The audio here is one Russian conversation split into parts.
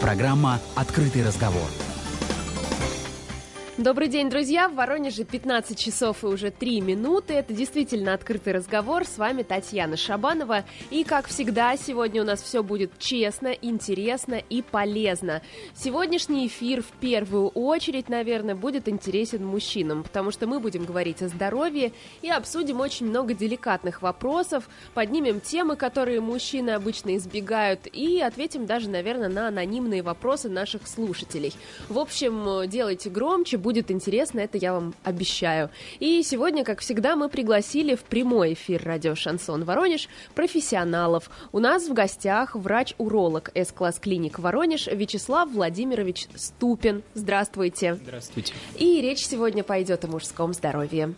Программа «Открытый разговор». Добрый день, друзья! В Воронеже 15 часов и уже 3 минуты. Это действительно открытый разговор. С вами Татьяна Шабанова. И, как всегда, сегодня у нас все будет честно, интересно и полезно. Сегодняшний эфир в первую очередь, наверное, будет интересен мужчинам, потому что мы будем говорить о здоровье и обсудим очень много деликатных вопросов, поднимем темы, которые мужчины обычно избегают, и ответим даже, наверное, на анонимные вопросы наших слушателей. В общем, делайте громче, будет интересно, это я вам обещаю. И сегодня, как всегда, мы пригласили в прямой эфир радио «Шансон Воронеж» профессионалов. У нас в гостях врач-уролог С-класс клиник Воронеж Вячеслав Владимирович Ступин. Здравствуйте. Здравствуйте. И речь сегодня пойдет о мужском здоровье.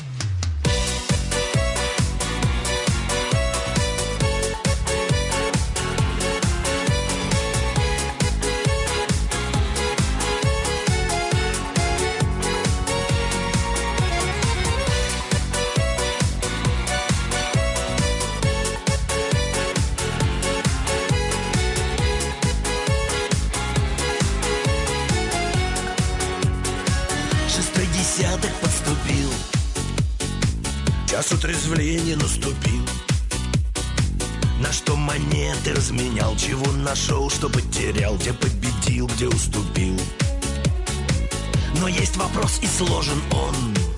Подступил, час утрезвления наступил. На что монеты разменял, чего нашел, что потерял, где победил, где уступил. Но есть вопрос и сложен он: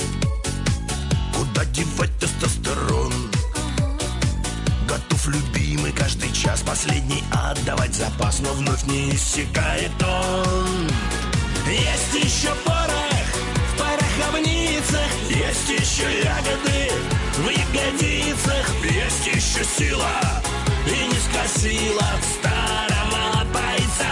куда девать тестостерон? Готов, любимый, каждый час последний отдавать запас, но вновь не иссякает он. Есть еще порох в пороховницах, есть еще ягоды в ягодицах, есть еще сила и низко сила от старого бойца.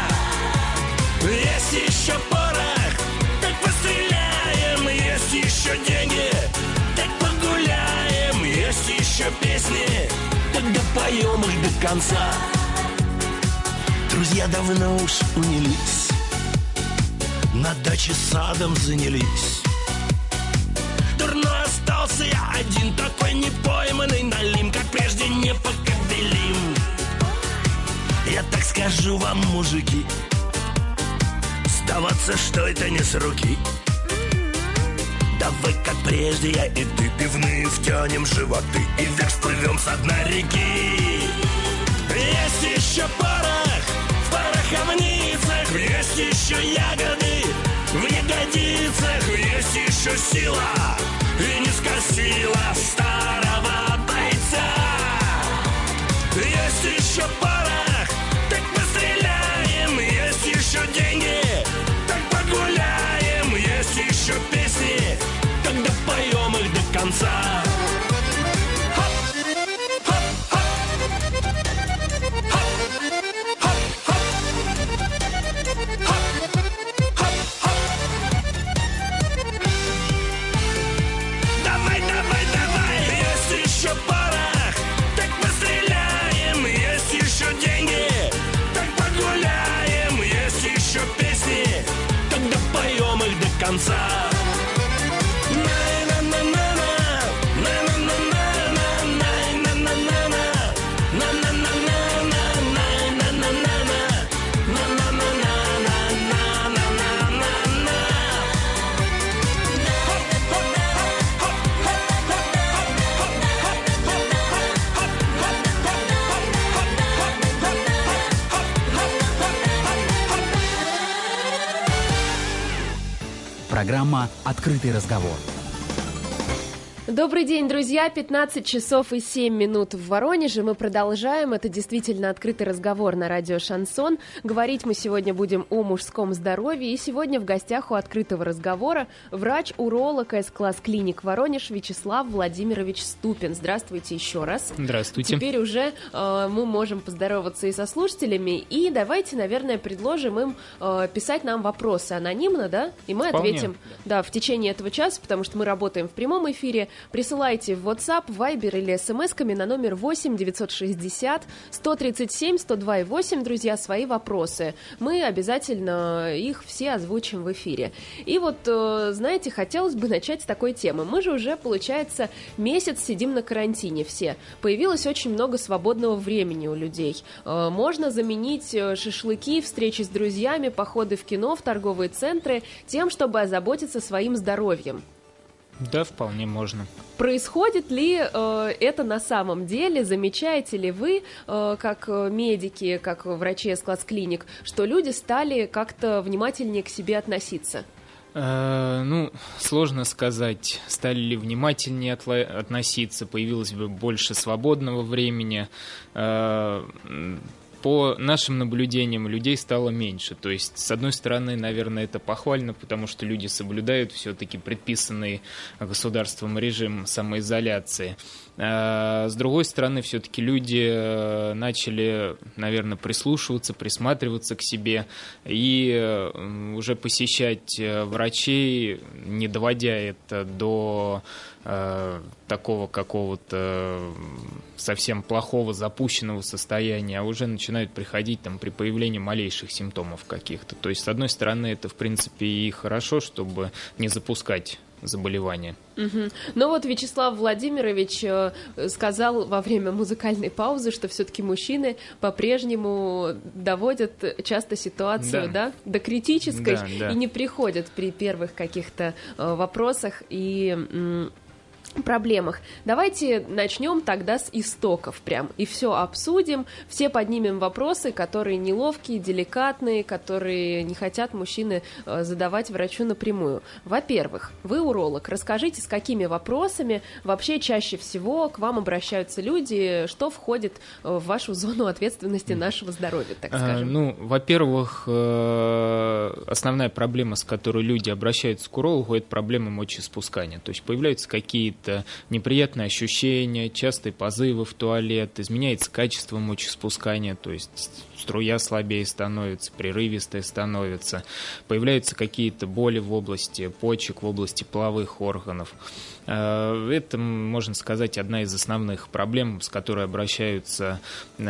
Есть еще порох, так постреляем, есть еще деньги, так погуляем, есть еще песни, тогда поем их до конца. Друзья давно уж унялись, на даче садом занялись. Дурной остался я один, такой непойманный налим, как прежде непоколебим. Я так скажу вам, мужики, сдаваться, что это не с руки. Давай, как прежде, я и ты, пивные втянем животы и вверх всплывем с дна реки. Есть еще порох в пороховницах, есть еще ягоды в ягодицах, есть еще сила и низко сила старого бойца. Есть еще порох, так постреляем, есть еще деньги, так погуляем, есть еще песни, когда поем их до конца. Конца. Программа «Открытый разговор». Добрый день, друзья! 15 часов и 7 минут в Воронеже. Мы продолжаем. Это действительно открытый разговор на радио «Шансон». Говорить мы сегодня будем о мужском здоровье. И сегодня в гостях у открытого разговора врач-уролог С-класс клиник Воронеж Вячеслав Владимирович Ступин. Здравствуйте еще раз. Здравствуйте. Теперь уже мы можем поздороваться и со слушателями. И давайте, наверное, предложим им писать нам вопросы анонимно, да? И мы Вполне. ответим в течение этого часа, потому что мы работаем в прямом эфире. Присылайте в WhatsApp, Viber или смс-ками на номер 8 960 137 102 8, друзья, свои вопросы. Мы обязательно их все озвучим в эфире. И вот, знаете, хотелось бы начать с такой темы. Мы же уже, получается, месяц сидим на карантине все. Появилось очень много свободного времени у людей. Можно заменить шашлыки, встречи с друзьями, походы в кино, в торговые центры тем, чтобы озаботиться своим здоровьем. Да, вполне можно. Происходит ли это на самом деле? Замечаете ли вы, как медики, как врачи из класс-клиник, что люди стали как-то внимательнее к себе относиться? Сложно сказать, стали ли внимательнее относиться, появилось бы больше свободного времени. По нашим наблюдениям, людей стало меньше. То есть, с одной стороны, наверное, это похвально, потому что люди соблюдают все-таки предписанный государством режим самоизоляции. С другой стороны, все-таки люди начали, наверное, прислушиваться, присматриваться к себе и уже посещать врачей, не доводя это до такого какого-то совсем плохого, запущенного состояния, а уже начинают приходить там при появлении малейших симптомов каких-то. То есть, с одной стороны, это, в принципе, и хорошо, чтобы не запускать заболевания. Угу. Но вот Вячеслав Владимирович сказал во время музыкальной паузы, что все-таки мужчины по-прежнему доводят часто ситуацию, да, до критической, и не приходят при первых каких-то вопросах и проблемах. Давайте начнем тогда с истоков прям, и все обсудим, все поднимем вопросы, которые неловкие, деликатные, которые не хотят мужчины задавать врачу напрямую. Во-первых, вы уролог, расскажите, с какими вопросами вообще чаще всего к вам обращаются люди, что входит в вашу зону ответственности нашего здоровья, так скажем? Во-первых, основная проблема, с которой люди обращаются к урологу, это проблема мочеиспускания, то есть появляются какие-то неприятные ощущения, частые позывы в туалет, изменяется качество мочеиспускания, то есть струя слабее становится, прерывистая становится, появляются какие-то боли в области почек, в области половых органов. Это, можно сказать, одна из основных проблем, с которой обращаются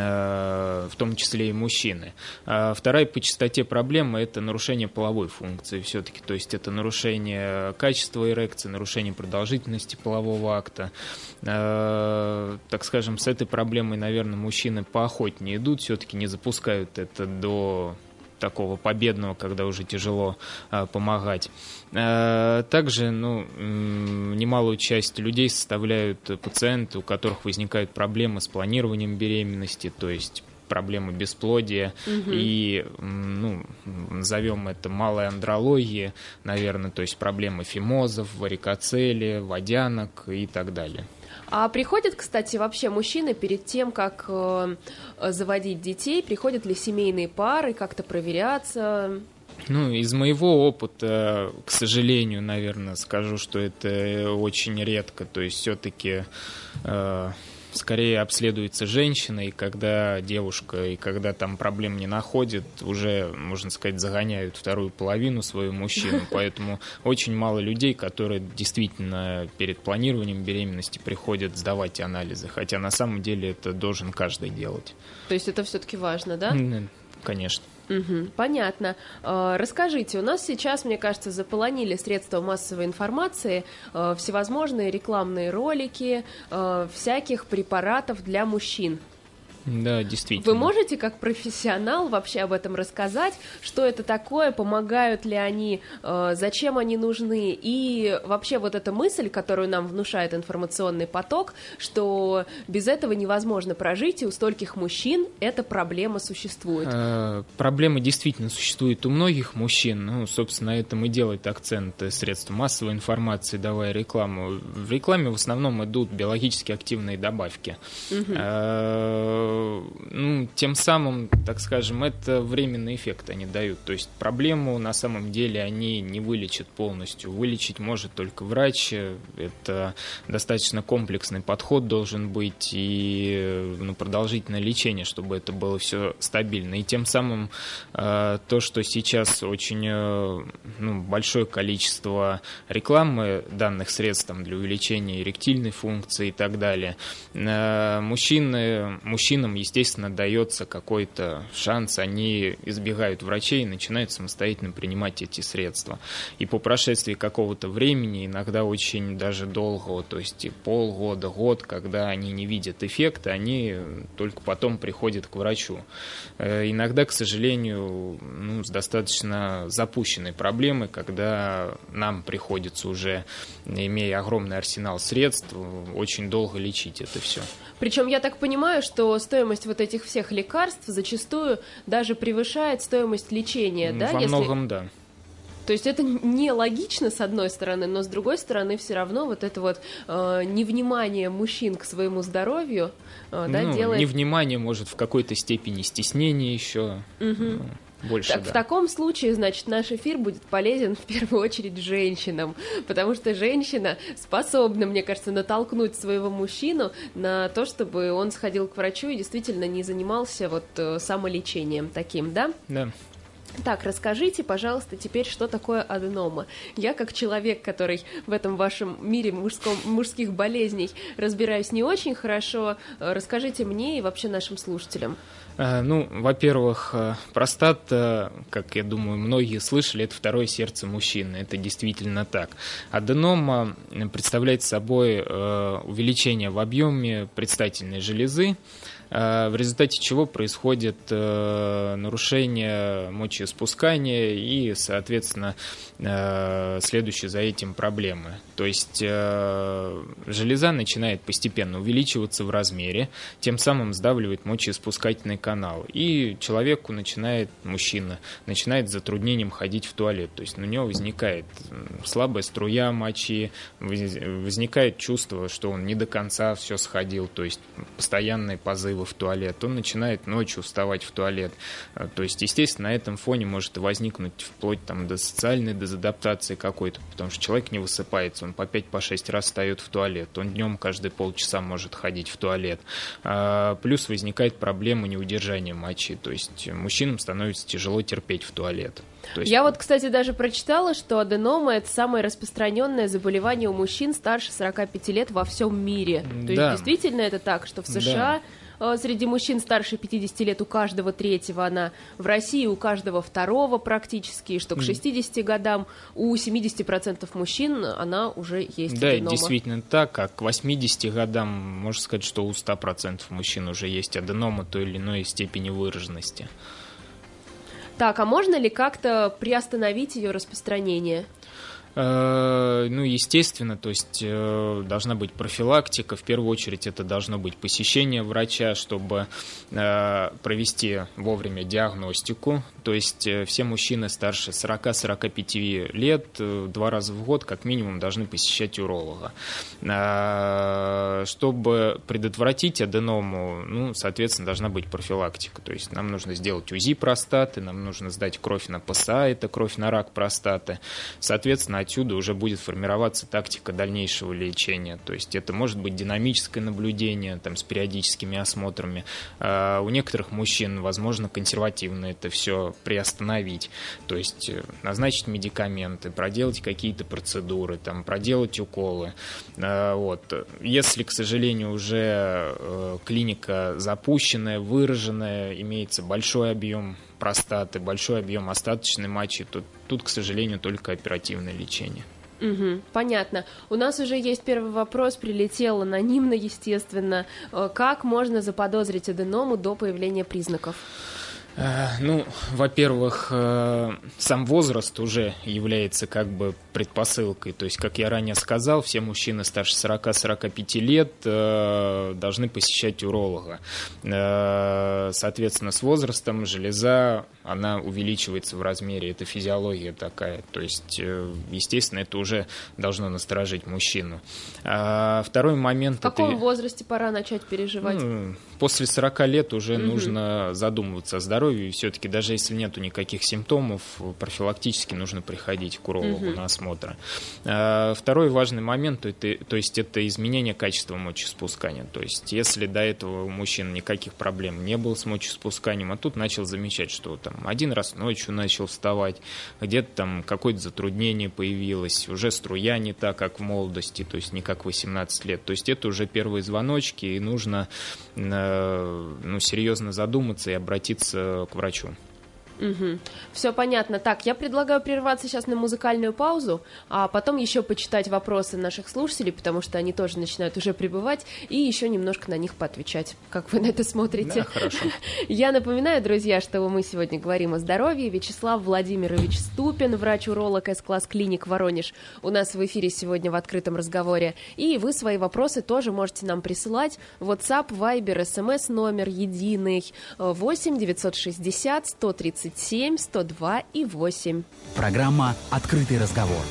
в том числе и мужчины. Вторая по частоте проблема – это нарушение половой функции все-таки, то есть это нарушение качества эрекции, нарушение продолжительности полового акта. Так скажем, с этой проблемой, наверное, мужчины поохотнее идут, все-таки не запускают это до такого победного, когда уже тяжело помогать. Также немалую часть людей составляют пациенты, у которых возникают проблемы с планированием беременности, то есть проблемы бесплодия и, назовем это малой андрологией, наверное, то есть проблемы фимозов, варикоцелия, водянок и так далее. А приходят, кстати, вообще мужчины перед тем, как заводить детей, приходят ли семейные пары, как-то проверяться? Из моего опыта, к сожалению, наверное, скажу, что это очень редко, то есть все-таки скорее обследуется женщина, и когда девушка, и когда там проблем не находит, уже, можно сказать, загоняют вторую половину свою мужчину, поэтому очень мало людей, которые действительно перед планированием беременности приходят сдавать анализы, хотя на самом деле это должен каждый делать. То есть это все-таки важно, да? Конечно. Понятно. Расскажите, у нас сейчас, мне кажется, заполонили средства массовой информации, всевозможные рекламные ролики, всяких препаратов для мужчин. Да, действительно. Вы можете, как профессионал, вообще об этом рассказать? Что это такое, помогают ли они, зачем они нужны? И вообще вот эта мысль, которую нам внушает информационный поток, что без этого невозможно прожить, и у стольких мужчин эта проблема существует. Проблема действительно существует у многих мужчин. Собственно, на этом и делает акцент средства массовой информации, давая рекламу. В рекламе в основном идут биологически активные добавки. тем самым, так скажем, это временный эффект они дают. То есть проблему на самом деле они не вылечат полностью. Вылечить может только врач. Это достаточно комплексный подход должен быть и продолжительное лечение, чтобы это было все стабильно. И тем самым то, что сейчас очень большое количество рекламы данных средств там, для увеличения эректильной функции и так далее, мужчинам, естественно, дается какой-то шанс, они избегают врачей и начинают самостоятельно принимать эти средства. И по прошествии какого-то времени, иногда очень даже долгого, то есть и полгода, год, когда они не видят эффекта, они только потом приходят к врачу. Иногда, к сожалению, с достаточно запущенной проблемой, когда нам приходится уже, имея огромный арсенал средств, очень долго лечить это все. Причем я так понимаю, что стоимость вот этих всех лекарств зачастую даже превышает стоимость лечения, да? Во многом, да. То есть это нелогично, с одной стороны, но с другой стороны все равно вот это вот невнимание мужчин к своему здоровью делает... Невнимание, может, в какой-то степени стеснение еще... Больше, так, да. В таком случае, значит, наш эфир будет полезен в первую очередь женщинам, потому что женщина способна, мне кажется, натолкнуть своего мужчину на то, чтобы он сходил к врачу и действительно не занимался вот самолечением таким, да? Да. Так, расскажите, пожалуйста, теперь, что такое аденома. Я, как человек, который в этом вашем мире мужских болезней разбираюсь не очень хорошо, расскажите мне и вообще нашим слушателям. Во-первых, простата, как я думаю, многие слышали, это второе сердце мужчины. Это действительно так. Аденома представляет собой увеличение в объеме предстательной железы, в результате чего происходит нарушение мочеиспускания и, соответственно, следующие за этим проблемы. То есть железа начинает постепенно увеличиваться в размере, тем самым сдавливает мочеиспускательный канал. И человеку мужчина начинает с затруднением ходить в туалет. То есть у него возникает слабая струя мочи, возникает чувство, что он не до конца все сходил, то есть постоянные позывы в туалет, он начинает ночью вставать в туалет. То есть, естественно, на этом фоне может возникнуть вплоть до социальной дезадаптации какой-то, потому что человек не высыпается, он по 5-6 раз встает в туалет, он днем каждые полчаса может ходить в туалет. Плюс возникает проблема неудержания мочи, то есть мужчинам становится тяжело терпеть в туалет. Я вот, кстати, даже прочитала, что аденома – это самое распространенное заболевание у мужчин старше 45 лет во всем мире. То есть действительно это так, что в США среди мужчин старше 50 лет у каждого третьего она, в России у каждого второго практически, и что к 60 годам у 70% мужчин она уже есть аденома. Да, действительно так, а к 80 годам можно сказать, что у 100% мужчин уже есть аденома той или иной степени выраженности. Так, а можно ли как-то приостановить ее распространение? Естественно, то есть должна быть профилактика. В первую очередь это должно быть посещение врача, чтобы провести вовремя диагностику. То есть все мужчины старше 40-45 лет 2 раза в год как минимум должны посещать уролога. Чтобы предотвратить аденому, соответственно, должна быть профилактика. То есть нам нужно сделать УЗИ простаты, нам нужно сдать кровь на ПСА, это кровь на рак простаты. Соответственно, отсюда уже будет формироваться тактика дальнейшего лечения. То есть это может быть динамическое наблюдение с периодическими осмотрами. У некоторых мужчин, возможно, консервативно это все приостановить. То есть назначить медикаменты, проделать какие-то процедуры, проделать уколы. Если, к сожалению, уже клиника запущенная, выраженная, имеется большой объем простаты, большой объем остаточной мочи, то тут, к сожалению, только оперативное лечение. Понятно. У нас уже есть первый вопрос, прилетел анонимно, естественно. Как можно заподозрить аденому до появления признаков? Ну, во-первых, сам возраст уже является как бы предпосылкой. То есть, как я ранее сказал, все мужчины старше 40-45 лет должны посещать уролога. Соответственно, с возрастом железа, она увеличивается в размере. Это физиология такая. То есть, естественно, это уже должно насторожить мужчину. Второй момент... В каком возрасте пора начать переживать? После 40 лет уже нужно задумываться о здоровье. И все-таки даже если нету никаких симптомов, профилактически нужно приходить к урологу на осмотр. Второй важный момент, то есть это изменение качества мочеиспускания. То есть если до этого у мужчин никаких проблем не было с мочеиспусканием, а тут начал замечать, что там один раз ночью начал вставать, где-то там какое-то затруднение появилось, уже струя не так, как в молодости, то есть не как в 18 лет. То есть это уже первые звоночки, и нужно серьезно задуматься и обратиться к врачу. Все понятно. Так, я предлагаю прерваться сейчас на музыкальную паузу, а потом еще почитать вопросы наших слушателей, потому что они тоже начинают уже прибывать, и еще немножко на них поотвечать. Как вы на это смотрите? Да, хорошо. Я напоминаю, друзья, что мы сегодня говорим о здоровье. Вячеслав Владимирович Ступин, врач-уролог С-класс клиник Воронеж, у нас в эфире сегодня в открытом разговоре. И вы свои вопросы тоже можете нам присылать. WhatsApp, Viber, SMS номер единый 8 960 137 102 и 8. Программа «Открытый разговор».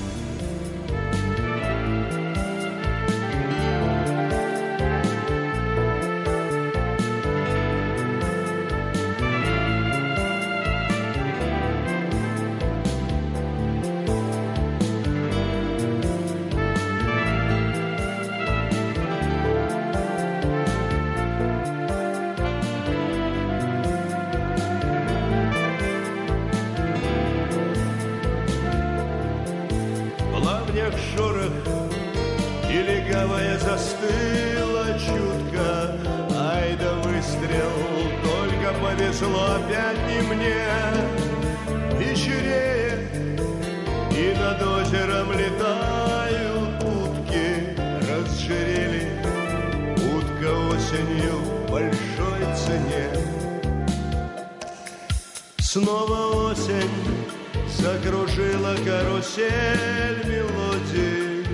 Шорох и легавая застыла чутко. Ай да выстрел, только повезло опять не мне. Вечереет, и над озером летают утки. Разжирели утка осенью в большой цене. Снова осень закружила карусель мелодий.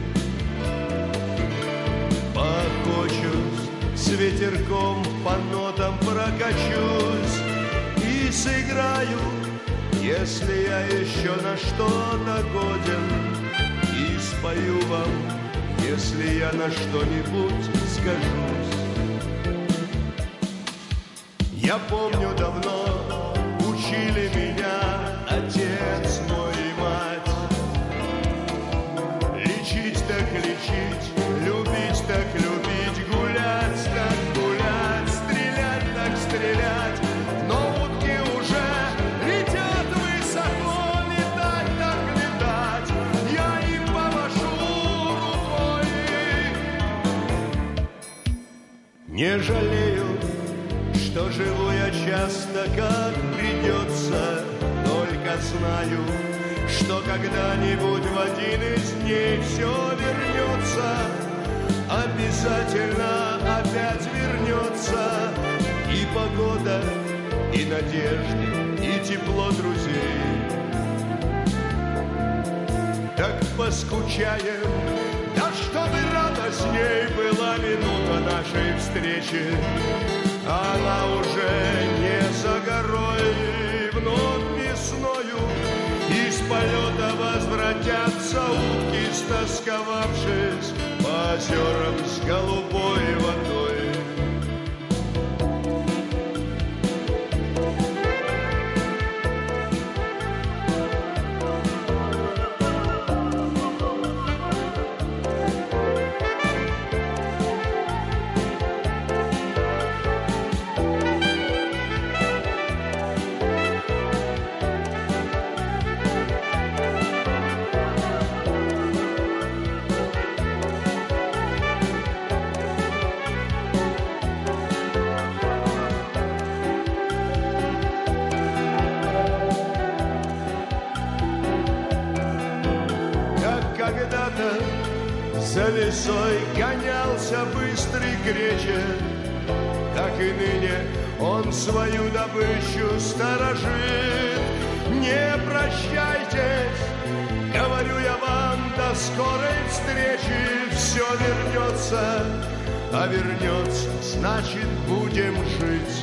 Похочусь, с ветерком по нотам прокачусь и сыграю, если я еще на что-то годен, и спою вам, если я на что-нибудь скажусь. Я помню давно учили меня отец мой и мать. Лечить так лечить, любить так любить, гулять так гулять, стрелять так стрелять. Но утки уже летят высоко, летать так летать. Я им помашу рукой. Не жалею, что живу я часто, как придется. Только знаю, что когда-нибудь в один из дней все вернется. Обязательно опять вернется. И погода, и надежды, и тепло друзей. Так поскучаем, да чтобы радостней была минута нашей встречи. Она уже не за горой, вновь весною из полета возвратятся утки, стосковавшись по озерам с голубой водой. Когда-то за лесой гонялся быстрый греча, так и ныне он свою добычу сторожит. Не прощайтесь, говорю я вам, до скорой встречи. Все вернется, а вернется, значит, будем жить.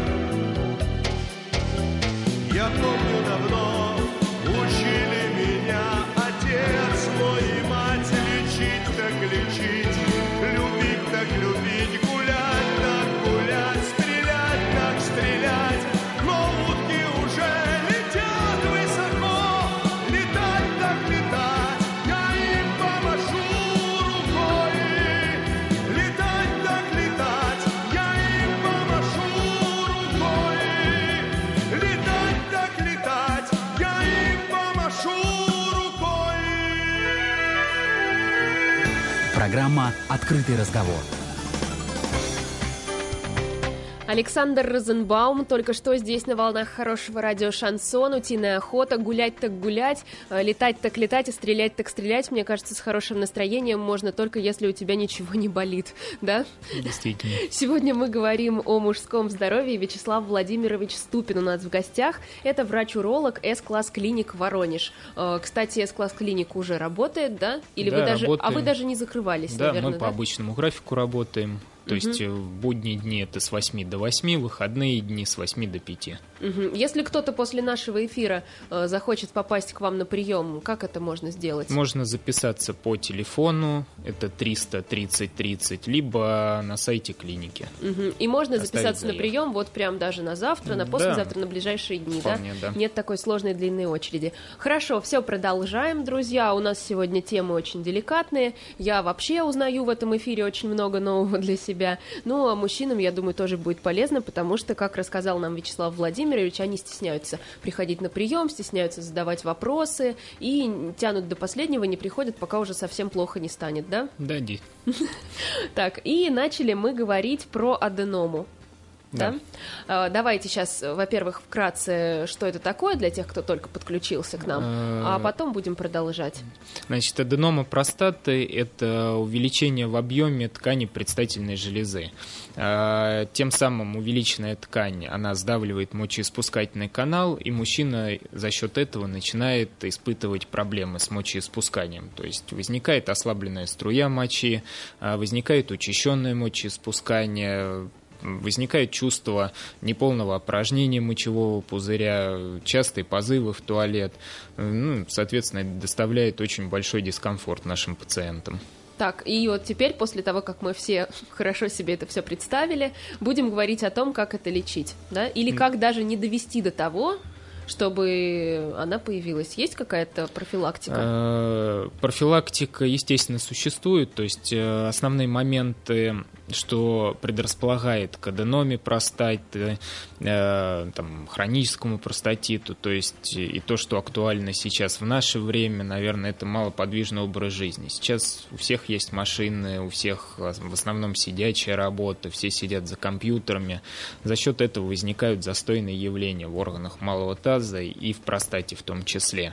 Я помню, давно учили меня отец мой и мать лечить так лечить, любить так любить, гулять так гулять, стрелять так стрелять. Но утки уже летят высоко, летать так летать, я им помашу рукой. Летать так летать, я им помашу рукой. Летать так летать, я им помашу рукой. Программа «Открытый разговор». Александр Розенбаум только что здесь на волнах хорошего радио «Шансон». Утиная охота, гулять так гулять, летать так летать и стрелять так стрелять. Мне кажется, с хорошим настроением можно только если у тебя ничего не болит, да? Действительно. Сегодня мы говорим о мужском здоровье. Вячеслав Владимирович Ступин у нас в гостях. Это врач-уролог С-класс клиник Воронеж. Кстати, С-класс клиник уже работает, да? Или Да, вы даже... работаем. А вы даже не закрывались, Да, наверное, мы по обычному графику работаем. То есть в будние дни это с 8 до 8, выходные дни с 8 до 5. Если кто-то после нашего эфира захочет попасть к вам на прием, как это можно сделать? Можно записаться по телефону, это 330-30, либо на сайте клиники. И можно Оставить записаться на заявку. прием вот прям даже на завтра, на послезавтра, на ближайшие дни, Вполне, да? Нет такой сложной длинной очереди. Хорошо, все, продолжаем, друзья. У нас сегодня темы очень деликатные. Я вообще узнаю в этом эфире очень много нового для себя. Ну, а мужчинам, я думаю, тоже будет полезно, потому что, как рассказал нам Вячеслав Владимирович, они стесняются приходить на прием, стесняются задавать вопросы и тянут до последнего, не приходят, пока уже совсем плохо не станет, да? Да, Так, и начали мы говорить про аденому. Да? Давайте сейчас, во-первых, вкратце, что это такое для тех, кто только подключился к нам, а потом будем продолжать. Значит, аденома простаты – это увеличение в объеме ткани предстательной железы. Тем самым увеличенная ткань, она сдавливает мочеиспускательный канал, и мужчина за счет этого начинает испытывать проблемы с мочеиспусканием. То есть возникает ослабленная струя мочи, возникает учащенное мочеиспускание, возникает чувство неполного опорожнения мочевого пузыря, частые позывы в туалет. Соответственно, это доставляет очень большой дискомфорт нашим пациентам. Так, и вот теперь, после того, как мы все хорошо себе это все представили, будем говорить о том, как это лечить, да? Или как даже не довести до того, чтобы она появилась. Есть какая-то профилактика? Профилактика, естественно, существует. То есть основные моменты, что предрасполагает к аденоме простаты, хроническому простатиту, то есть и то, что актуально сейчас в наше время, наверное, это малоподвижный образ жизни. Сейчас у всех есть машины, у всех в основном сидячая работа, все сидят за компьютерами. За счет этого возникают застойные явления в органах малого таза и в простате в том числе.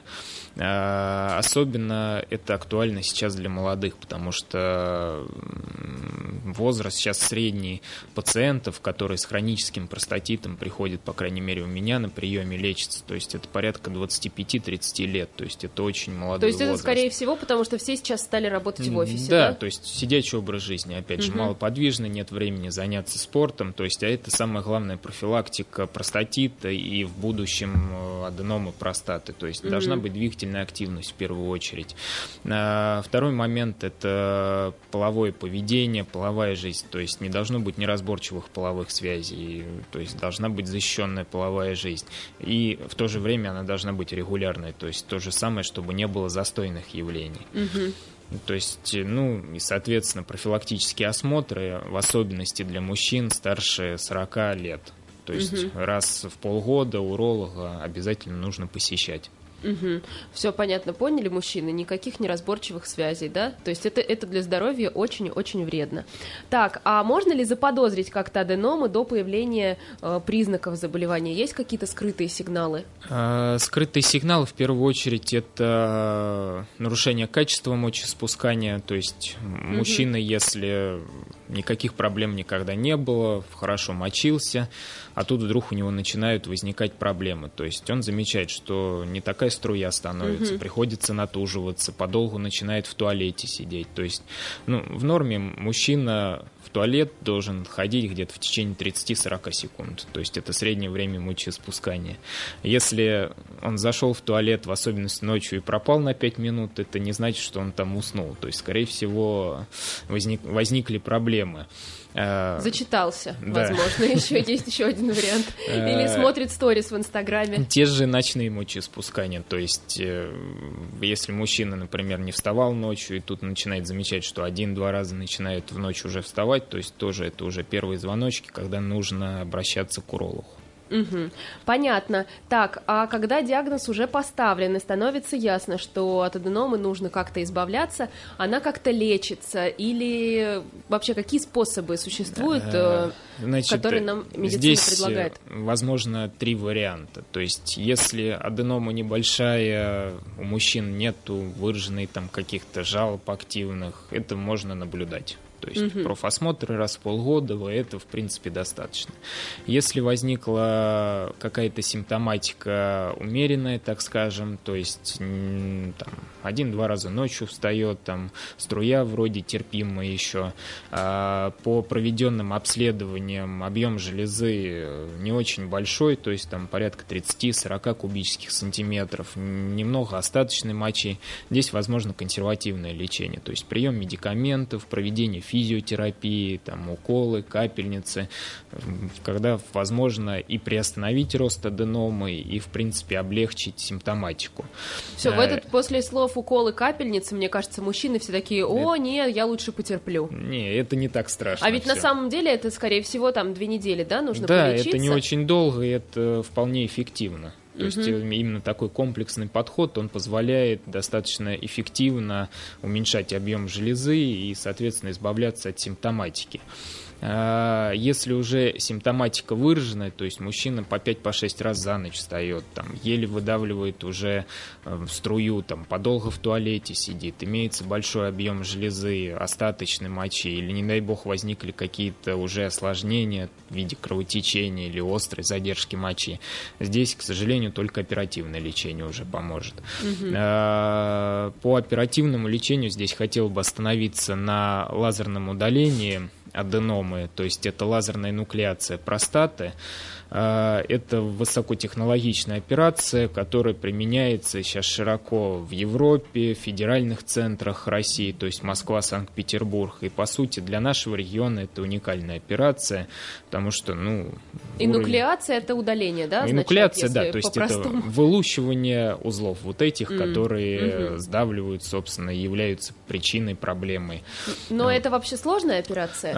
Особенно это актуально сейчас для молодых, потому что возраст сейчас средний пациентов, которые с хроническим простатитом приходят, по крайней мере, у меня на приеме лечатся, то есть это порядка 25-30 лет, то есть это очень молодой возраст. То есть это, скорее всего, потому что все сейчас стали работать в офисе, да? Да, то есть сидячий образ жизни, опять же, малоподвижный, нет времени заняться спортом, то есть это самая главная профилактика простатита и в будущем аденомы простаты, то есть должна быть двигательная активность в первую очередь. Второй момент – это половое поведение, половая жизнь, то есть не должно быть неразборчивых половых связей, то есть должна быть защищенная половая жизнь. И в то же время она должна быть регулярной, то есть то же самое, чтобы не было застойных явлений. То есть, и, соответственно, профилактические осмотры, в особенности для мужчин старше 40 лет. То есть раз в полгода уролога обязательно нужно посещать. Все понятно, поняли, мужчины? Никаких неразборчивых связей, да? То есть это для здоровья очень-очень вредно. Так, а можно ли заподозрить как-то аденомы до появления признаков заболевания? Есть какие-то скрытые сигналы? Скрытые сигналы, в первую очередь, это нарушение качества мочеиспускания. То есть мужчина, если никаких проблем никогда не было, хорошо мочился, а тут вдруг у него начинают возникать проблемы. То есть он замечает, что не такая струя становится, приходится натуживаться, подолгу начинает в туалете сидеть. То есть, в норме мужчина в туалет должен ходить где-то в течение 30-40 секунд. То есть это среднее время мочеиспускания. Если он зашел в туалет, в особенности ночью, и пропал на 5 минут, это не значит, что он там уснул. То есть, скорее всего, возникли проблемы. Зачитался, да. Возможно, есть еще один вариант. Или смотрит сторис в Инстаграме. Те же ночные мочеиспускания. То есть, если мужчина, например, не вставал ночью, и тут начинает замечать, что 1-2 раза начинает в ночь уже вставать, то есть тоже это уже первые звоночки, когда нужно обращаться к урологу. Угу. Понятно. Так, а когда диагноз уже поставлен и становится ясно, что от аденомы нужно как-то избавляться, она как-то лечится? Или вообще какие способы существуют, которые нам медицина предлагает? Здесь, возможно, 3 варианта. То есть, если аденома небольшая, у мужчин нету выраженных там каких-то жалоб активных, это можно наблюдать. То есть профосмотры раз в полгода, это, в принципе, достаточно. Если возникла какая-то симптоматика умеренная, так скажем, то есть 1-2 раза ночью встает, там струя вроде терпимая еще, по проведенным обследованиям объем железы не очень большой, то есть там порядка 30-40 кубических сантиметров, немного остаточной мочи, здесь возможно консервативное лечение, то есть прием медикаментов, проведение физиотерапии, там, уколы, капельницы, когда возможно и приостановить рост аденомы, и, в принципе, облегчить симптоматику. Все, после слов уколы, капельницы, мне кажется, мужчины все такие: нет, я лучше потерплю. Не, это не так страшно. А ведь на самом деле это, скорее всего, там 2 недели, да, нужно полечиться? полечиться? Да, это не очень долго, и это вполне эффективно. То есть именно такой комплексный подход, он позволяет достаточно эффективно уменьшать объем железы и, соответственно, избавляться от симптоматики. Если уже симптоматика выраженная, то есть мужчина по 5-6 раз за ночь встает, там, еле выдавливает уже струю, там, подолго в туалете сидит, имеется большой объем железы, остаточной мочи, или, не дай бог, возникли какие-то уже осложнения в виде кровотечения или острой задержки мочи, здесь, к сожалению, только оперативное лечение уже поможет. По оперативному лечению здесь хотел бы остановиться на лазерном удалении аденомы, то есть это лазерная нуклеация простаты. Это высокотехнологичная операция, которая применяется сейчас широко в Европе, в федеральных центрах России, то есть Москва, Санкт-Петербург. И, по сути, для нашего региона это уникальная операция, потому что, И нуклеация — это удаление, да? Нуклеация, да, то есть это вылущивание узлов вот этих, которые сдавливают, собственно, и являются причиной проблемы. Но это вообще сложная операция?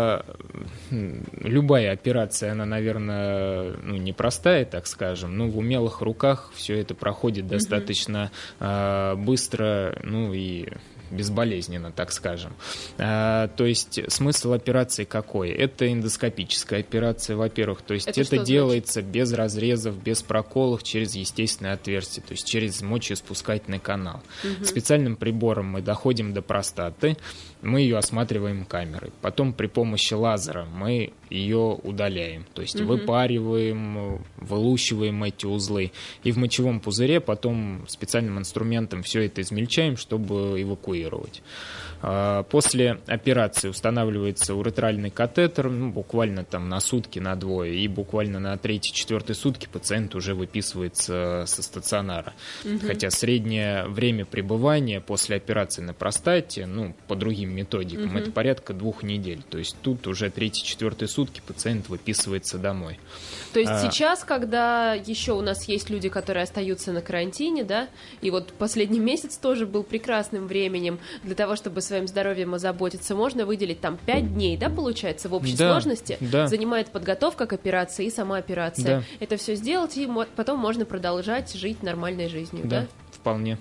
Любая операция, она, наверное, непростая, так скажем, но в умелых руках все это проходит достаточно быстро, и безболезненно, так скажем. То есть смысл операции какой? Это эндоскопическая операция, во-первых, то есть это делается без разрезов, без проколов, через естественное отверстие, то есть через мочеиспускательный канал. Специальным прибором мы доходим до простаты, мы ее осматриваем камерой. Потом при помощи лазера мы ее удаляем, то есть выпариваем, вылущиваем эти узлы. И в мочевом пузыре потом специальным инструментом все это измельчаем, чтобы эвакуировать. После операции устанавливается уретральный катетер, буквально там на сутки, на двое, и буквально на 3-4 сутки пациент уже выписывается со стационара. Хотя среднее время пребывания после операции на простате, по другим методикам, это порядка 2 недель. То есть тут уже 3-4 сутки пациент выписывается домой. То есть сейчас, когда еще у нас есть люди, которые остаются на карантине, да, и вот последний месяц тоже был прекрасным временем для того, чтобы своим здоровьем озаботиться, можно выделить там 5 дней, да, получается, в общей сложности? Да. Занимает подготовка к операции и сама операция. Да. Это все сделать, и потом можно продолжать жить нормальной жизнью, да? Вполне.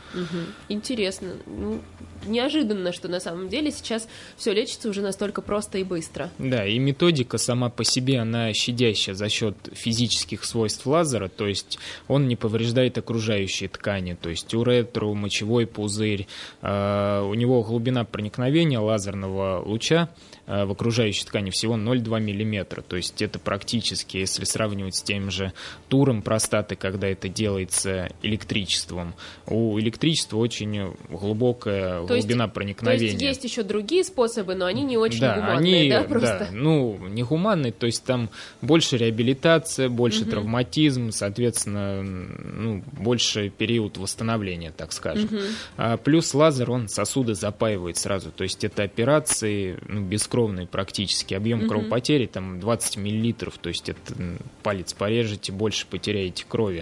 Интересно. Ну, неожиданно, что на самом деле сейчас все лечится уже настолько просто и быстро. Да, и методика сама по себе, она щадящая за счет физических свойств лазера, то есть он не повреждает окружающие ткани, то есть уретру, мочевой пузырь, у него глубина проникновения лазерного луча в окружающей ткани всего 0,2 мм, то есть это практически, если сравнивать с тем же туром простаты, когда это делается электричеством, у электричества очень глубокая глубина проникновения. То есть еще другие способы, но они не очень гуманные, просто? Да, не гуманные, то есть там больше реабилитация, больше травматизм, соответственно, больше период восстановления, так скажем. Плюс лазер, он сосуды запаивает сразу, то есть это операции бескровные практически, объем кровопотери там 20 миллилитров, то есть это палец порежете, больше потеряете крови.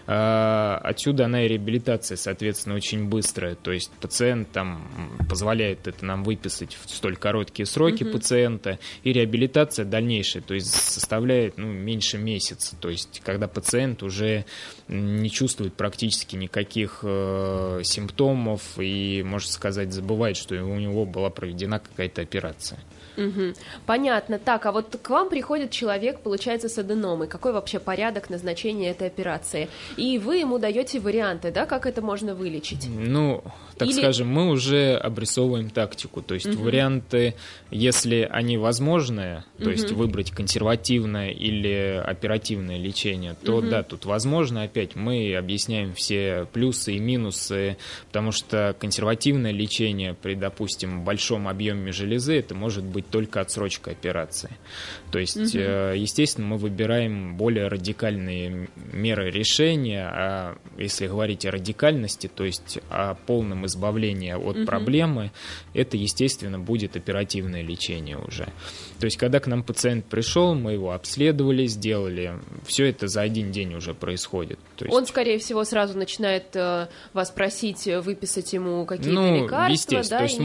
Отсюда она и реабилитация, соответственно, очень быстрая, то есть пациент там позволяет это нам выписать в столь короткие сроки пациента, и реабилитация дальнейшая, то есть составляет меньше месяца, то есть когда пациент уже не чувствует практически никаких симптомов и, можно сказать, забывает, что у него была проведена какая-то операция. Понятно. Так, а вот к вам приходит человек, получается, с аденомой. Какой вообще порядок назначения этой операции? И вы ему даете варианты, да, как это можно вылечить? Скажем, мы уже обрисовываем тактику. То есть варианты, если они возможны, то есть выбрать консервативное или оперативное лечение, то да, тут возможно. Опять мы объясняем все плюсы и минусы, потому что консервативное лечение при, допустим, большом объеме железы, это может быть только отсрочка операции. То есть, естественно, мы выбираем более радикальные меры решения, а если говорить о радикальности, то есть о полном избавлении от проблемы, это, естественно, будет оперативное лечение уже. То есть, когда к нам пациент пришел, мы его обследовали, сделали, все это за один день уже происходит. То есть, он, скорее всего, сразу начинает вас просить выписать ему какие-то лекарства, естественно. Да, То есть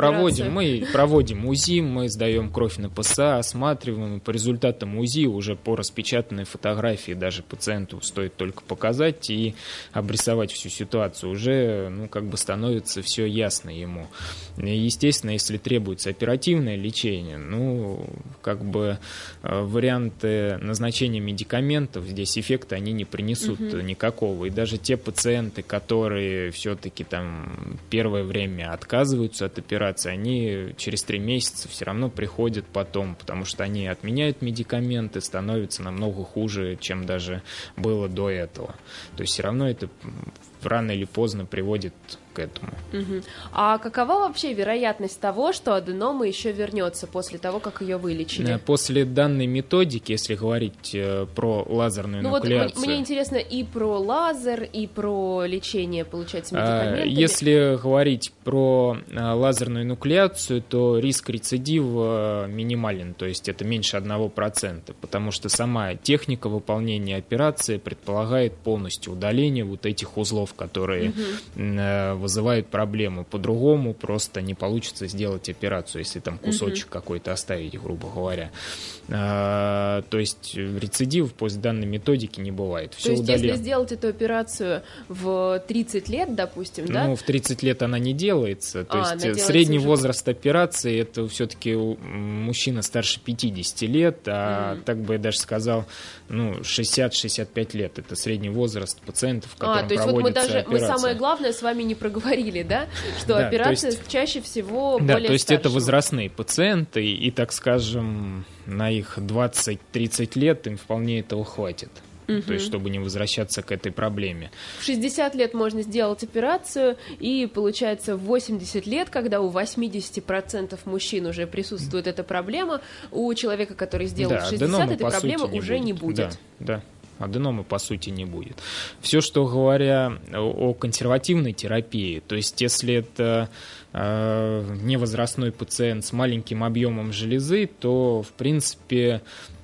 мы проводим УЗИ, мы сдаем кровь на ПСА, осматриваем, и по результатам УЗИ уже по распечатанной фотографии даже пациенту стоит только показать и обрисовать всю ситуацию. Уже, становится все ясно ему. Естественно, если требуется оперативное лечение, варианты назначения медикаментов, здесь эффекта они не принесут никакого. И даже те пациенты, которые все-таки там первое время отказываются от операции, они через 3 месяца все равно приходят потом, потому что они отменяют медикаменты, становятся намного хуже, чем даже было до этого. То есть все равно это рано или поздно приводит к этому. А какова вообще вероятность того, что аденома еще вернется после того, как ее вылечили? После данной методики, если говорить про лазерную нуклеацию... Вот мне интересно и про лазер, и про лечение, получается, медикаментами. Если говорить про лазерную нуклеацию, то риск рецидива минимален, то есть это меньше 1%, потому что сама техника выполнения операции предполагает полностью удаление вот этих узлов, которые вызывают проблемы. По-другому просто не получится сделать операцию, если там кусочек какой-то оставить, грубо говоря. То есть рецидивов после данной методики не бывает. Все то есть удалено. Если сделать эту операцию в 30 лет, допустим, да? В 30 лет она не делается. То есть средний возраст операции, это все-таки мужчина старше 50 лет, а так бы я даже сказал, 60-65 лет. Это средний возраст пациентов, которым проводится операция. Мы самое главное с вами не проговорили, да? Что операция чаще всего более то есть старшего. это возрастные пациенты, и, так скажем, на их 20-30 лет им вполне этого хватит. То есть, чтобы не возвращаться к этой проблеме. В 60 лет можно сделать операцию, и получается в 80 лет, когда у 80% мужчин уже присутствует эта проблема, у человека, который сделал в 60, этой проблемы уже не будет. Да. Аденомы, по сути, не будет. Все, что говоря о консервативной терапии, то есть если это невозрастной пациент с маленьким объемом железы, то, в принципе,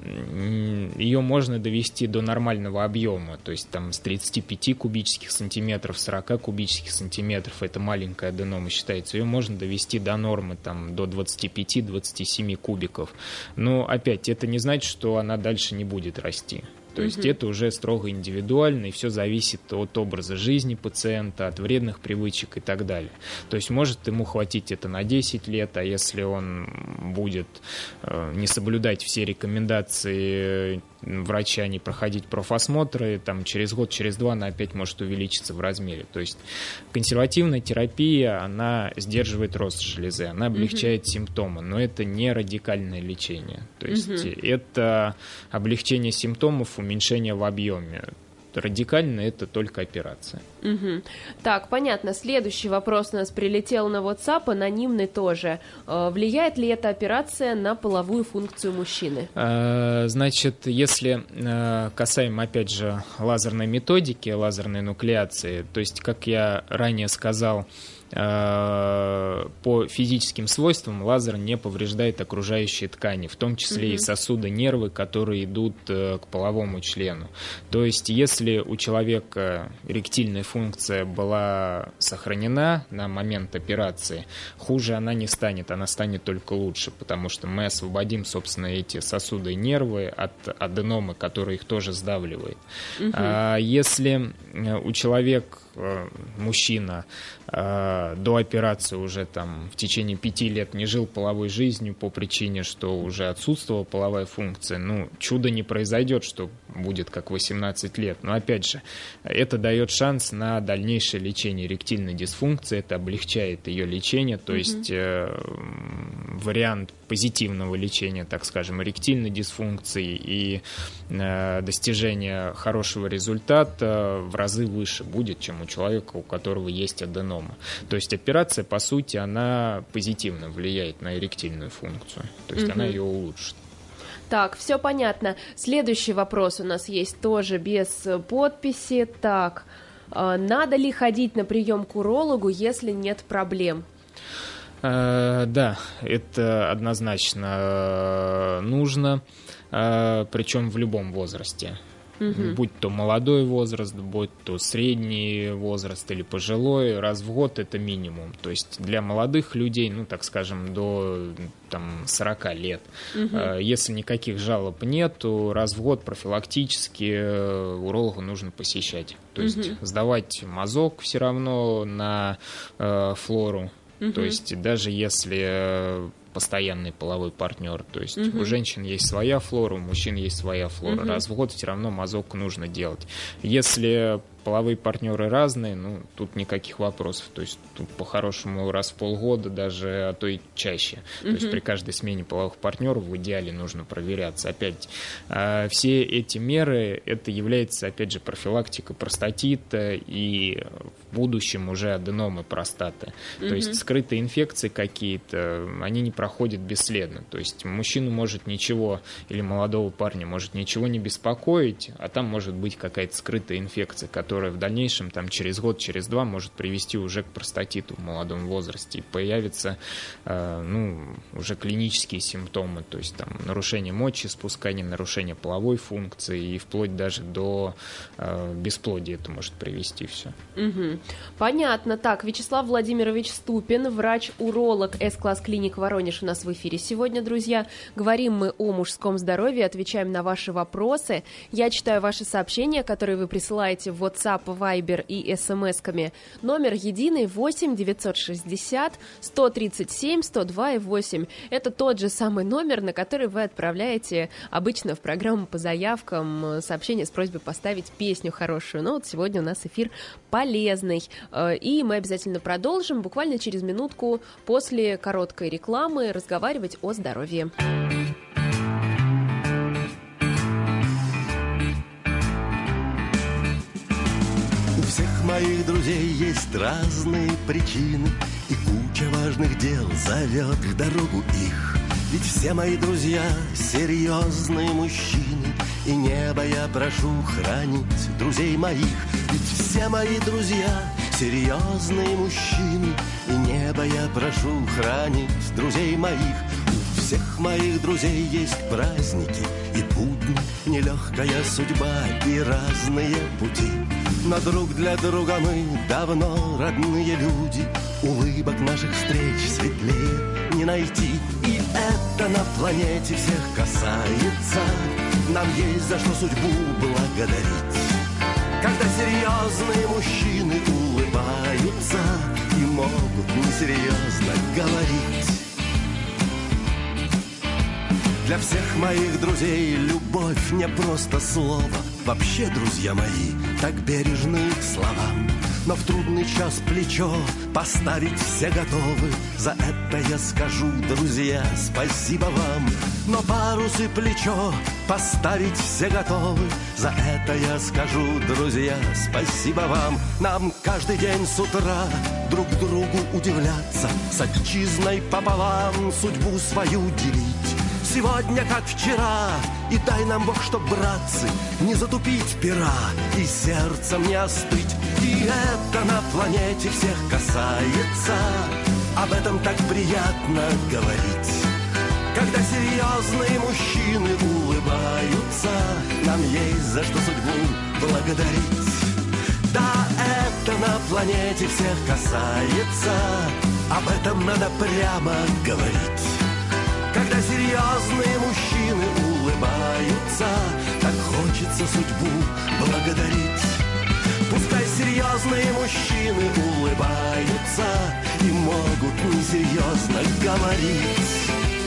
ее можно довести до нормального объема, то есть там с 35 кубических сантиметров, 40 кубических сантиметров, это маленькая аденома считается, ее можно довести до нормы там, до 25-27 кубиков. Но, опять, это не значит, что она дальше не будет расти. То есть это уже строго индивидуально, и все зависит от образа жизни пациента, от вредных привычек и так далее. То есть может ему хватить это на 10 лет, а если он будет не соблюдать все рекомендации врача, не проходить профосмотры, там через год, через два она опять может увеличиться в размере. То есть консервативная терапия, она сдерживает рост железы, она облегчает симптомы, но это не радикальное лечение. То есть это облегчение симптомов, уменьшение в объеме. Радикально это только операция. Так, понятно. Следующий вопрос у нас прилетел на WhatsApp, анонимный тоже. Влияет ли эта операция на половую функцию мужчины? Значит, если касаемо, опять же, лазерной методики, лазерной нуклеации, то есть, как я ранее сказал, по физическим свойствам лазер не повреждает окружающие ткани, в том числе и сосуды, нервы, которые идут к половому члену. То есть, если у человека эректильная функция была сохранена на момент операции, хуже она не станет, она станет только лучше, потому что мы освободим, собственно, эти сосуды и нервы от аденомы, которая их тоже сдавливает. А если у человека, мужчина, до операции уже там в течение 5 лет не жил половой жизнью по причине, что уже отсутствовала половая функция, чудо не произойдет, что будет как 18 лет. Но опять же, это дает шанс на дальнейшее лечение эректильной дисфункции, это облегчает ее лечение, то есть вариант позитивного лечения, так скажем, эректильной дисфункции и достижение хорошего результата в разы выше будет, чем у человека, у которого есть аденома. То есть операция, по сути, она позитивно влияет на эректильную функцию, то есть она ее улучшит. Так, все понятно. Следующий вопрос у нас есть тоже без подписи. Так, надо ли ходить на прием к урологу, если нет проблем? Да, это однозначно нужно, причем в любом возрасте. Будь то молодой возраст, будь то средний возраст или пожилой, раз в год это минимум. То есть для молодых людей, так скажем, до 40 лет. Если никаких жалоб нет, то раз в год профилактически урологу нужно посещать. То есть сдавать мазок все равно на флору. То есть даже если постоянный половой партнер, то есть у женщин есть своя флора, у мужчин есть своя флора. Раз в год все равно мазок нужно делать. Если половые партнеры разные, тут никаких вопросов. То есть тут по-хорошему раз в полгода, даже, а то и чаще. То есть при каждой смене половых партнеров в идеале нужно проверяться. Опять, все эти меры, это является, опять же, профилактика простатита и в будущем уже аденомы простаты. То есть скрытые инфекции какие-то, они не проходят бесследно. То есть мужчину может ничего, или молодого парня может ничего не беспокоить, а там может быть какая-то скрытая инфекция, которая в дальнейшем, через год, через два, может привести уже к простатиту в молодом возрасте. И появятся, уже клинические симптомы, то есть нарушение мочеиспускания, нарушение половой функции и вплоть даже до бесплодия это может привести все. Понятно. Так, Вячеслав Владимирович Ступин, врач-уролог С-класс клиник Воронеж у нас в эфире сегодня, друзья. Говорим мы о мужском здоровье, отвечаем на ваши вопросы. Я читаю ваши сообщения, которые вы присылаете в WhatsApp, Viber и смс-ками. Номер единый 8 960 137 102 8. Это тот же самый номер, на который вы отправляете обычно в программу по заявкам сообщение с просьбой поставить песню хорошую. Но вот сегодня у нас эфир полезный. И мы обязательно продолжим буквально через минутку после короткой рекламы разговаривать о здоровье. У всех моих друзей есть разные причины, и куча важных дел зовет в дорогу их. Ведь все мои друзья серьезные мужчины, и небо я прошу хранить друзей моих. Ведь все мои друзья серьезные мужчины, и небо я прошу хранить друзей моих. У всех моих друзей есть праздники и будни, нелегкая судьба и разные пути. Но друг для друга мы давно родные люди, улыбок наших встреч светлее не найти. И это на планете всех касается. нам есть за что судьбу благодарить. Когда серьезные мужчины улыбаются и могут несерьезно говорить. Для всех моих друзей любовь не просто слово. Вообще, друзья мои, так бережны к словам. Но в трудный час плечо поставить все готовы. За это я скажу, друзья, спасибо вам. Но парус и плечо поставить все готовы. За это я скажу, друзья, спасибо вам. Нам каждый день с утра друг другу удивляться, с отчизной пополам судьбу свою делить. Сегодня, как вчера, и дай нам Бог, чтоб, братцы, не затупить пера и сердцем не остыть. И это на планете всех касается, об этом так приятно говорить. Когда серьезные мужчины улыбаются, нам есть за что судьбу благодарить. Да, это на планете всех касается, об этом надо прямо говорить. Когда серьезные мужчины улыбаются, так хочется судьбу благодарить. Пускай серьезные мужчины улыбаются и могут несерьезно говорить.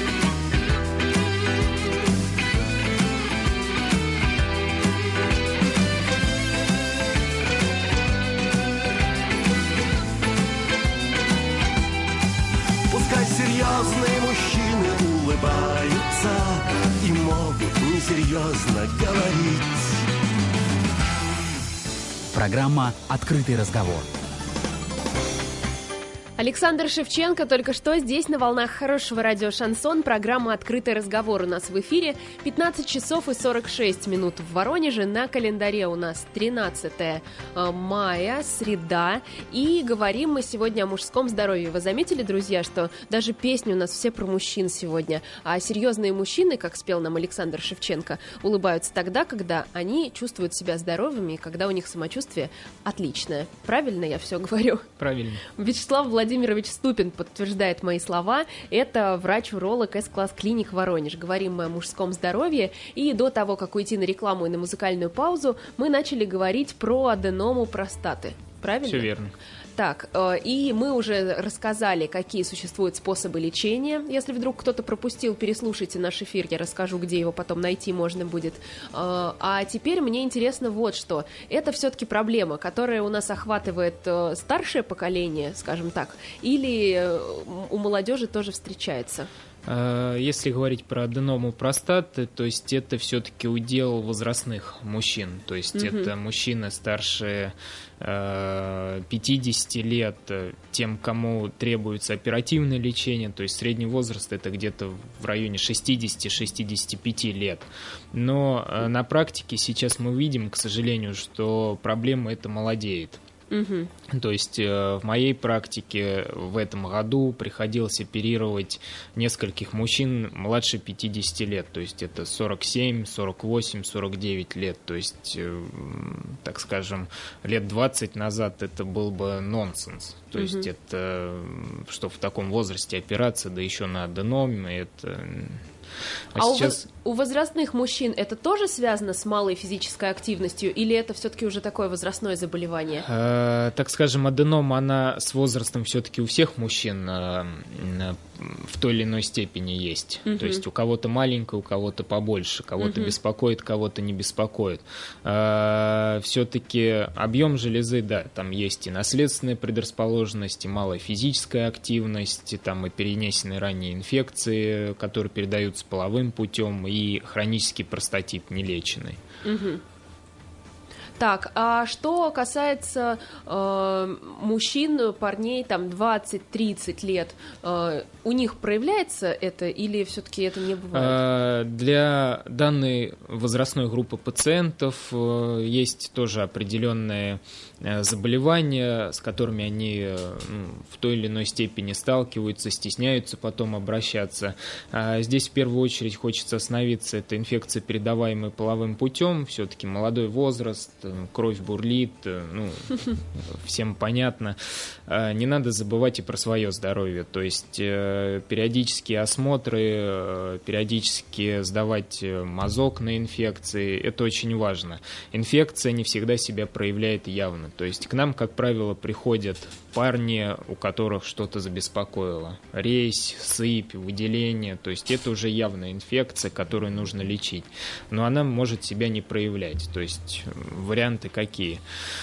Пускай серьезные мужчины улыбаются и могут несерьезно говорить. Программа «Открытый разговор». Александр Шевченко только что здесь на волнах хорошего радио «Шансон». Программа «Открытый разговор» у нас в эфире. 15 часов и 46 минут в Воронеже. На календаре у нас 13 мая, среда. И говорим мы сегодня о мужском здоровье. Вы заметили, друзья, что даже песни у нас все про мужчин сегодня. А серьезные мужчины, как спел нам Александр Шевченко, улыбаются тогда, когда они чувствуют себя здоровыми и когда у них самочувствие отличное. Правильно я все говорю? Правильно. Вячеслав Владимирович Ступин подтверждает мои слова. Это врач-уролог С-класс клиник Воронеж. Говорим мы о мужском здоровье. И до того, как уйти на рекламу и на музыкальную паузу, мы начали говорить про аденому простаты. Правильно? Все верно. Так, и мы уже рассказали, какие существуют способы лечения. Если вдруг кто-то пропустил, переслушайте наш эфир, я расскажу, где его потом найти можно будет. А теперь мне интересно вот что. Это все-таки проблема, которая у нас охватывает старшее поколение, скажем так, или у молодежи тоже встречается? Если говорить про аденому простаты, то есть это все-таки удел возрастных мужчин. То есть это мужчины старше 50 лет, тем, кому требуется оперативное лечение, то есть средний возраст это где-то в районе 60-65 лет. Но на практике сейчас мы видим, к сожалению, что проблема эта молодеет. То есть в моей практике в этом году приходилось оперировать нескольких мужчин младше 50 лет, то есть это 47, 48, 49 лет, то есть, так скажем, лет 20 назад это был бы нонсенс, то есть это, что в таком возрасте операция, да еще на аденоме, это... сейчас... у возрастных мужчин это тоже связано с малой физической активностью, или это все-таки уже такое возрастное заболевание? Так скажем, аденома, она с возрастом все-таки у всех мужчин в той или иной степени есть. То есть у кого-то маленькая, у кого-то побольше, кого-то беспокоит, кого-то не беспокоит. Все-таки объем железы, да, там есть и наследственная предрасположенность, и малая физическая активность, и там и перенесенные ранее инфекции, которые передаются половым путем, и хронический простатит нелеченный. Так, а что касается мужчин, парней, там, 20-30 лет, у них проявляется это или все-таки это не бывает? Для данной возрастной группы пациентов есть тоже определенные заболевания, с которыми они в той или иной степени сталкиваются, стесняются потом обращаться. Здесь в первую очередь хочется остановиться, это инфекции, передаваемые половым путем, все-таки молодой возраст, кровь бурлит, ну, всем понятно. Не надо забывать и про свое здоровье, то есть периодические осмотры, периодически сдавать мазок на инфекции, это очень важно. Инфекция не всегда себя проявляет явно, то есть к нам, как правило, приходят парни, у которых что-то забеспокоило. Резь, сыпь, выделение, то есть это уже явная инфекция, которую нужно лечить. Но она может себя не проявлять. То есть варианты какие?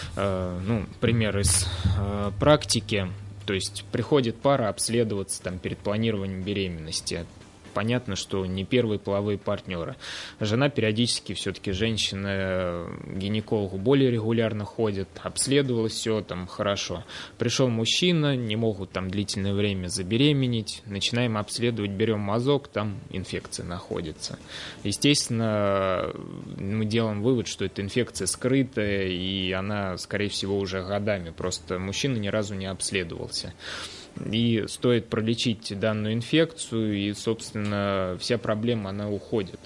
Ну, пример из практики. То есть приходит пара обследоваться там, перед планированием беременности. Понятно, что не первые половые партнеры. Жена периодически, все-таки женщина, к гинекологу более регулярно ходит, обследовалась, все там хорошо. Пришел мужчина, не могут там длительное время забеременеть, начинаем обследовать, берем мазок, там инфекция находится. Естественно, мы делаем вывод, что эта инфекция скрытая, и она, скорее всего, уже годами, просто мужчина ни разу не обследовался. И стоит пролечить данную инфекцию, и, собственно, вся проблема, она уходит.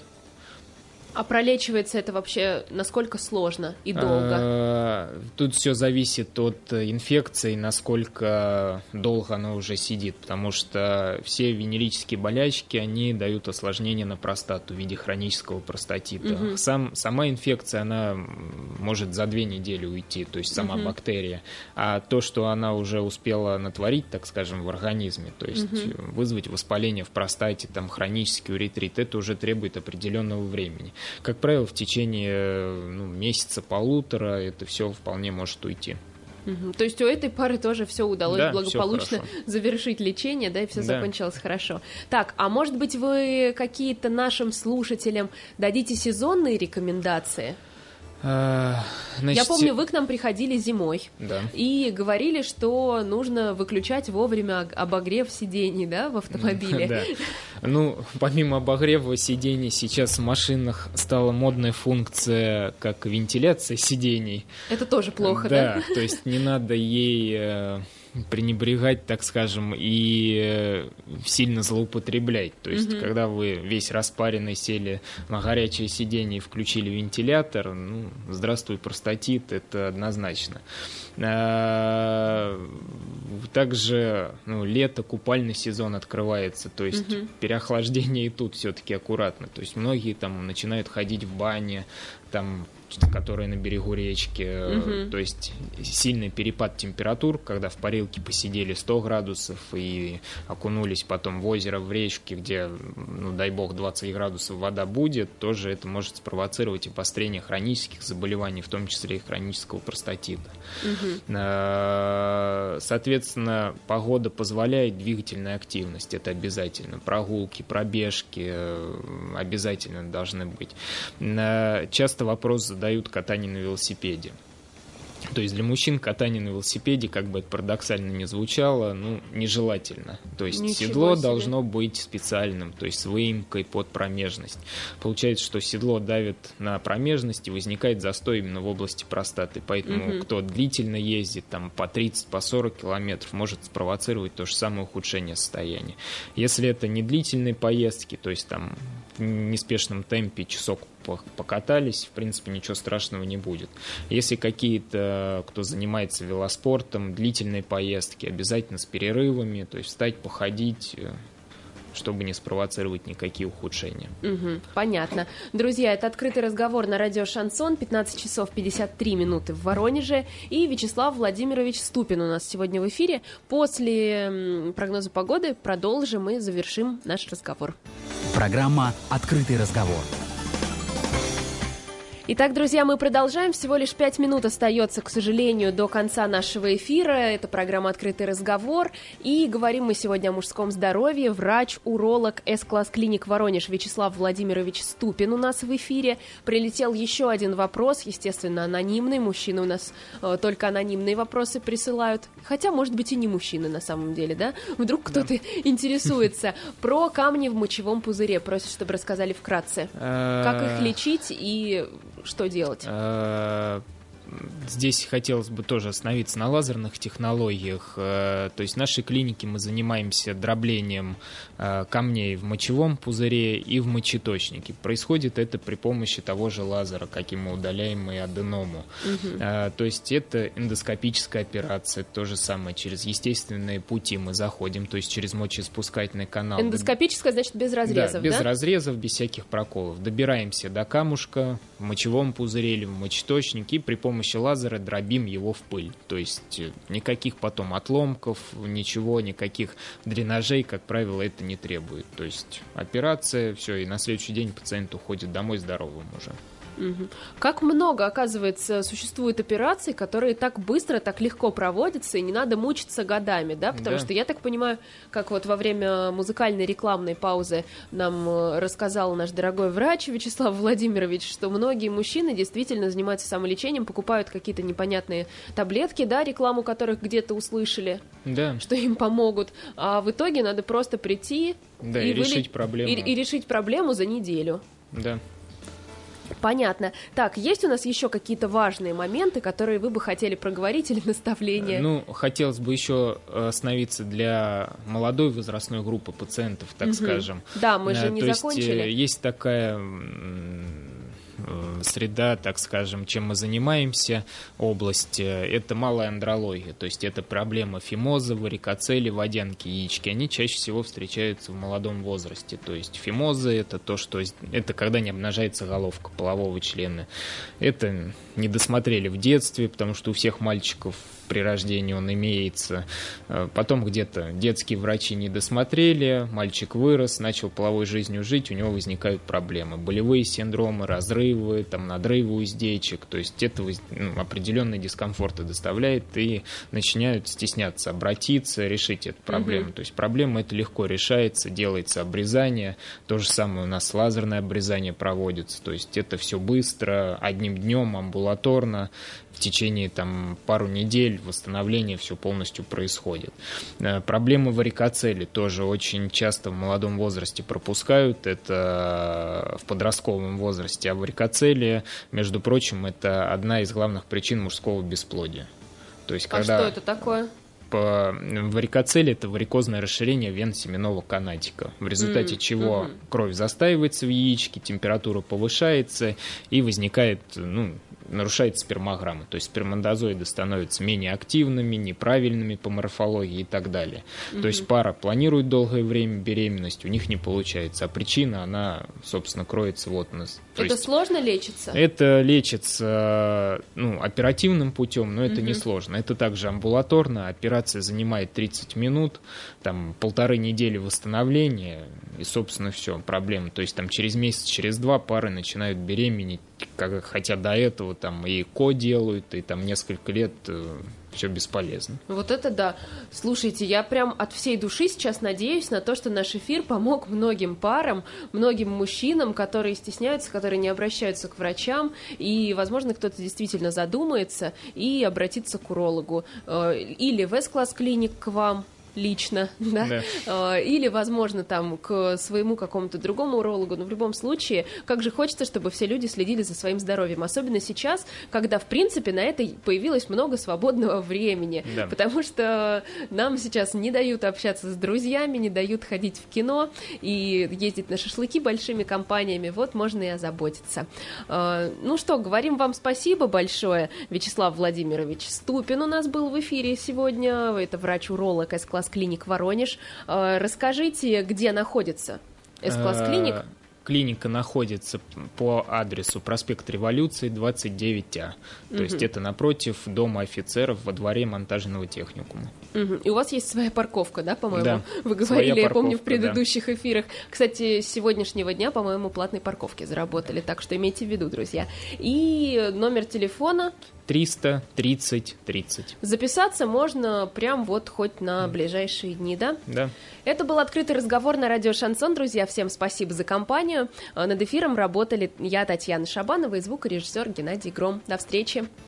А пролечивается это вообще насколько сложно и долго? Тут все зависит от инфекции, насколько долго она уже сидит, потому что все венерические болячки, они дают осложнения на простату в виде хронического простатита. Сама инфекция, она может за 2 недели уйти, то есть сама бактерия. А то, что она уже успела натворить, так скажем, в организме, то есть вызвать воспаление в простате, там, хронический уретрит, это уже требует определенного времени. Как правило, в течение месяца-полутора это все вполне может уйти. То есть у этой пары тоже все удалось, да, благополучно все завершить лечение, да, и все закончилось хорошо. Так, а может быть вы какие-то нашим слушателям дадите сезонные рекомендации? Значит, я помню, вы к нам приходили зимой, да, и говорили, что нужно выключать вовремя обогрев сидений, да, в автомобиле. Да. Ну, помимо обогрева сидений, сейчас в машинах стала модная функция, как вентиляция сидений. Это тоже плохо, да? Да, то есть не надо ей пренебрегать, так скажем, и сильно злоупотреблять. То есть, когда вы весь распаренный сели на горячее сиденье и включили вентилятор, ну, здравствуй, простатит, это однозначно. Также лето, купальный сезон открывается, то есть переохлаждение и тут все-таки аккуратно. То есть многие там начинают ходить в бане, там, которые на берегу речки, то есть сильный перепад температур, когда в парилке посидели 100 градусов и окунулись потом в озеро, в речке, где, дай бог, 20 градусов вода будет, тоже это может спровоцировать обострение хронических заболеваний, в том числе и хронического простатита. Соответственно, погода позволяет двигательная активность, это обязательно. Прогулки, пробежки обязательно должны быть. Часто вопрос задают катание на велосипеде. То есть для мужчин катание на велосипеде, как бы это парадоксально не звучало, нежелательно. То есть седло должно быть специальным, то есть с выемкой под промежность. Получается, что седло давит на промежность и возникает застой именно в области простаты. Поэтому кто длительно ездит, там по 30, по 40 километров, может спровоцировать то же самое ухудшение состояния. Если это не длительные поездки, то есть там в неспешном темпе часок покатались, в принципе, ничего страшного не будет. Если какие-то, кто занимается велоспортом, длительные поездки, обязательно с перерывами, то есть встать, походить, чтобы не спровоцировать никакие ухудшения. Понятно. Друзья, это «Открытый разговор» на радио «Шансон», 15 часов 53 минуты в Воронеже, и Вячеслав Владимирович Ступин у нас сегодня в эфире. После прогноза погоды продолжим и завершим наш разговор. Программа «Открытый разговор». Итак, друзья, мы продолжаем. Всего лишь 5 минут остается, к сожалению, до конца нашего эфира. Это программа «Открытый разговор». И говорим мы сегодня о мужском здоровье. Врач-уролог С-класс клиник Воронеж Вячеслав Владимирович Ступин у нас в эфире. Прилетел еще один вопрос, естественно, анонимный. Мужчины у нас только анонимные вопросы присылают. Хотя, может быть, и не мужчины на самом деле, да? Вдруг кто-то интересуется. Про камни в мочевом пузыре. Просят, чтобы рассказали вкратце. Как их лечить и что делать? здесь хотелось бы тоже остановиться на лазерных технологиях. То есть в нашей клинике мы занимаемся дроблением камней в мочевом пузыре и в мочеточнике. Происходит это при помощи того же лазера, каким мы удаляем и аденому. То есть это эндоскопическая операция, то же самое, через естественные пути мы заходим, то есть через мочеиспускательный канал. Эндоскопическая, значит, без разрезов, да? Без разрезов, без всяких проколов. Добираемся до камушка в мочевом пузыре или в мочеточнике и при помощи лазера дробим его в пыль. То есть никаких потом отломков, ничего, никаких дренажей, как правило, это не требует. То есть операция, все, и на следующий день пациент уходит домой здоровым уже. Как много, оказывается, существует операций, которые так быстро, так легко проводятся, и не надо мучиться годами, да? Потому что я так понимаю, как вот во время музыкальной рекламной паузы нам рассказал наш дорогой врач Вячеслав Владимирович, что многие мужчины действительно занимаются самолечением, покупают какие-то непонятные таблетки, да, рекламу которых где-то услышали, что им помогут, а в итоге надо просто прийти и решить проблему. И решить проблему за неделю. Да. Понятно. Так, есть у нас еще какие-то важные моменты, которые вы бы хотели проговорить или наставления? Ну, хотелось бы еще остановиться для молодой возрастной группы пациентов, так скажем. Да, мы же не закончили. Есть такая среда, так скажем, чем мы занимаемся, область, это малая андрология, то есть это проблема фимоза, варикоцели, водянки, яички, они чаще всего встречаются в молодом возрасте, то есть фимоза это то, что это когда не обнажается головка полового члена, это не досмотрели в детстве, потому что у всех мальчиков при рождении он имеется, потом где-то детские врачи не досмотрели, мальчик вырос, начал половой жизнью жить, у него возникают проблемы, болевые синдромы, разрывы, там, надрывы уздечек, то есть это определенные дискомфорты доставляет и начинают стесняться обратиться, решить эту проблему. То есть проблема эта легко решается, делается обрезание, то же самое у нас лазерное обрезание проводится, то есть это все быстро, одним днем, амбулаторно, в течение пару недель восстановление все полностью происходит. Проблемы варикоцели тоже очень часто в молодом возрасте пропускают, это в подростковом возрасте, а варикоцелия, между прочим, это одна из главных причин мужского бесплодия. То есть, что это такое? Варикоцель – это варикозное расширение вен семенного канатика, в результате чего кровь застаивается в яичке, температура повышается и возникает, нарушается спермограмма, то есть сперматозоиды становятся менее активными, неправильными по морфологии и так далее. То есть пара планирует долгое время беременность, у них не получается, а причина, она, собственно, кроется вот у нас. Это сложно лечится? Это лечится оперативным путем, но это не сложно. Это также амбулаторно, операция занимает 30 минут, 1,5 недели восстановления, и, собственно, все, проблема. То есть через месяц, через 2 пары начинают беременеть, хотя до этого и ЭКО делают, и несколько лет все бесполезно. Вот это да. Слушайте, я прям от всей души сейчас надеюсь на то, что наш эфир помог многим парам, многим мужчинам, которые стесняются, которые не обращаются к врачам, и, возможно, кто-то действительно задумается и обратится к урологу. Или в С-класс клиник к вам лично, да? Или, возможно, к своему какому-то другому урологу, но в любом случае, как же хочется, чтобы все люди следили за своим здоровьем, особенно сейчас, когда, в принципе, на это появилось много свободного времени, потому что нам сейчас не дают общаться с друзьями, не дают ходить в кино и ездить на шашлыки большими компаниями, вот можно и озаботиться. Ну что, говорим вам спасибо большое, Вячеслав Владимирович Ступин у нас был в эфире сегодня, это врач-уролог С-класс клиник Воронеж. Расскажите, где находится С-класс клиник? Клиника находится по адресу проспект Революции, 29А. То есть это напротив Дома офицеров во дворе монтажного техникума. И у вас есть своя парковка, да, по-моему? Да, вы говорили, я помню, в предыдущих эфирах. Кстати, с сегодняшнего дня, по-моему, платные парковки заработали, так что имейте в виду, друзья. И номер телефона 330 30. Записаться можно прям хоть на ближайшие дни, да? Да. Это был открытый разговор на радио «Шансон». Друзья, всем спасибо за компанию. Над эфиром работали я, Татьяна Шабанова, и звукорежиссер Геннадий Гром. До встречи.